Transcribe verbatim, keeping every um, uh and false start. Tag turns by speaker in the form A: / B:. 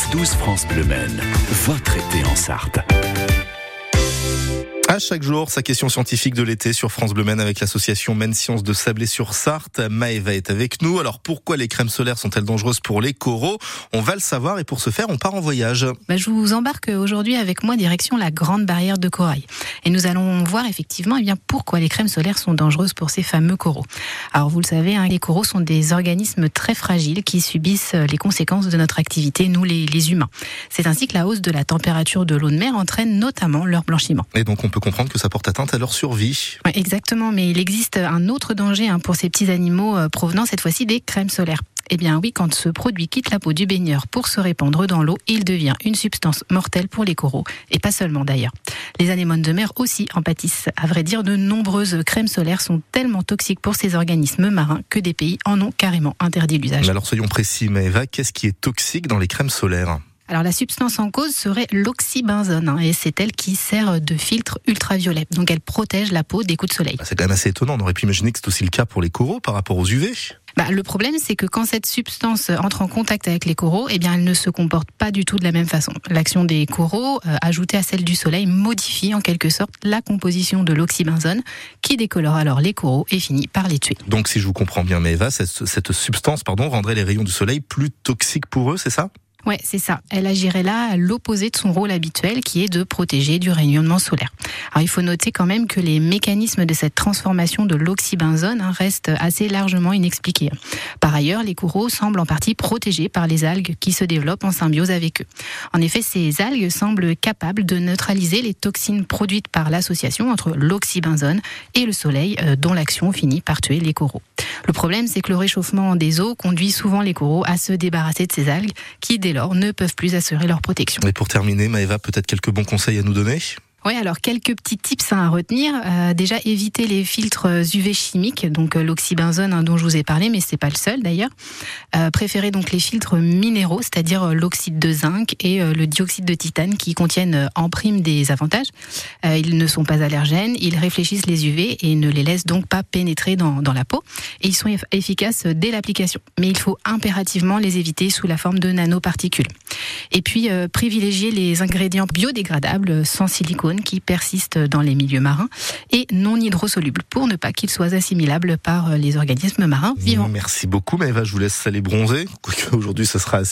A: neuf douze France Bleu Maine, votre été en Sarthe.
B: À chaque jour, sa question scientifique de l'été sur France Bleu Maine avec l'association Maine Sciences de Sablé-sur-Sarthe. Maëva est avec nous. Alors pourquoi les crèmes solaires sont-elles dangereuses pour les coraux ? On va le savoir et pour ce faire, on part en voyage.
C: Bah, je vous embarque aujourd'hui avec moi direction la Grande Barrière de Corail. Et nous allons voir effectivement eh bien, pourquoi les crèmes solaires sont dangereuses pour ces fameux coraux. Alors vous le savez, hein, les coraux sont des organismes très fragiles qui subissent les conséquences de notre activité, nous les, les humains. C'est ainsi que la hausse de la température de l'eau de mer entraîne notamment leur blanchiment.
B: Et donc on peut comprendre que ça porte atteinte à leur survie.
C: Ouais, exactement, mais il existe un autre danger hein, pour ces petits animaux euh, provenant cette fois-ci des crèmes solaires. Eh bien oui, quand ce produit quitte la peau du baigneur pour se répandre dans l'eau, il devient une substance mortelle pour les coraux, et pas seulement d'ailleurs. Les anémones de mer aussi en pâtissent. À vrai dire, de nombreuses crèmes solaires sont tellement toxiques pour ces organismes marins que des pays en ont carrément interdit l'usage.
B: Mais alors soyons précis, Maëva, qu'est-ce qui est toxique dans les crèmes solaires ?
C: Alors la substance en cause serait l'oxybenzone hein, et c'est elle qui sert de filtre ultraviolet. Donc elle protège la peau des coups de soleil.
B: C'est quand même assez étonnant, on aurait pu imaginer que c'est aussi le cas pour les coraux par rapport aux U V.
C: Bah, le problème, c'est que quand cette substance entre en contact avec les coraux, eh bien, elle ne se comporte pas du tout de la même façon. L'action des coraux, euh, ajoutée à celle du soleil, modifie en quelque sorte la composition de l'oxybenzone, qui décolore alors les coraux et finit par les tuer.
B: Donc, si je vous comprends bien, Maëva, cette, cette substance, pardon, rendrait les rayons du soleil plus toxiques pour eux, c'est ça ?
C: Ouais, c'est ça. Elle agirait là à l'opposé de son rôle habituel, qui est de protéger du rayonnement solaire. Alors, il faut noter quand même que les mécanismes de cette transformation de l'oxybenzone hein, restent assez largement inexpliqués. Par ailleurs, les coraux semblent en partie protégés par les algues qui se développent en symbiose avec eux. En effet, ces algues semblent capables de neutraliser les toxines produites par l'association entre l'oxybenzone et le soleil, euh, dont l'action finit par tuer les coraux. Le problème, c'est que le réchauffement des eaux conduit souvent les coraux à se débarrasser de ces algues qui, dès lors, ne peuvent plus assurer leur protection.
B: Et pour terminer, Maëva, peut-être quelques bons conseils à nous donner ?
C: Oui, alors quelques petits tips à retenir. Euh, déjà, éviter les filtres U V chimiques, donc euh, l'oxybenzone hein, dont je vous ai parlé, mais c'est pas le seul d'ailleurs. Euh, préférez donc les filtres minéraux, c'est-à-dire euh, l'oxyde de zinc et euh, le dioxyde de titane, qui contiennent euh, en prime des avantages. Euh, ils ne sont pas allergènes, ils réfléchissent les U V et ne les laissent donc pas pénétrer dans, dans la peau. Et ils sont eff- efficaces dès l'application. Mais il faut impérativement les éviter sous la forme de nanoparticules. Et puis, euh, privilégier les ingrédients biodégradables sans silicone qui persistent dans les milieux marins et non hydrosolubles pour ne pas qu'ils soient assimilables par les organismes marins vivants.
B: Merci beaucoup, Maëva. Je vous laisse aller bronzer. Quoique aujourd'hui, ce sera assez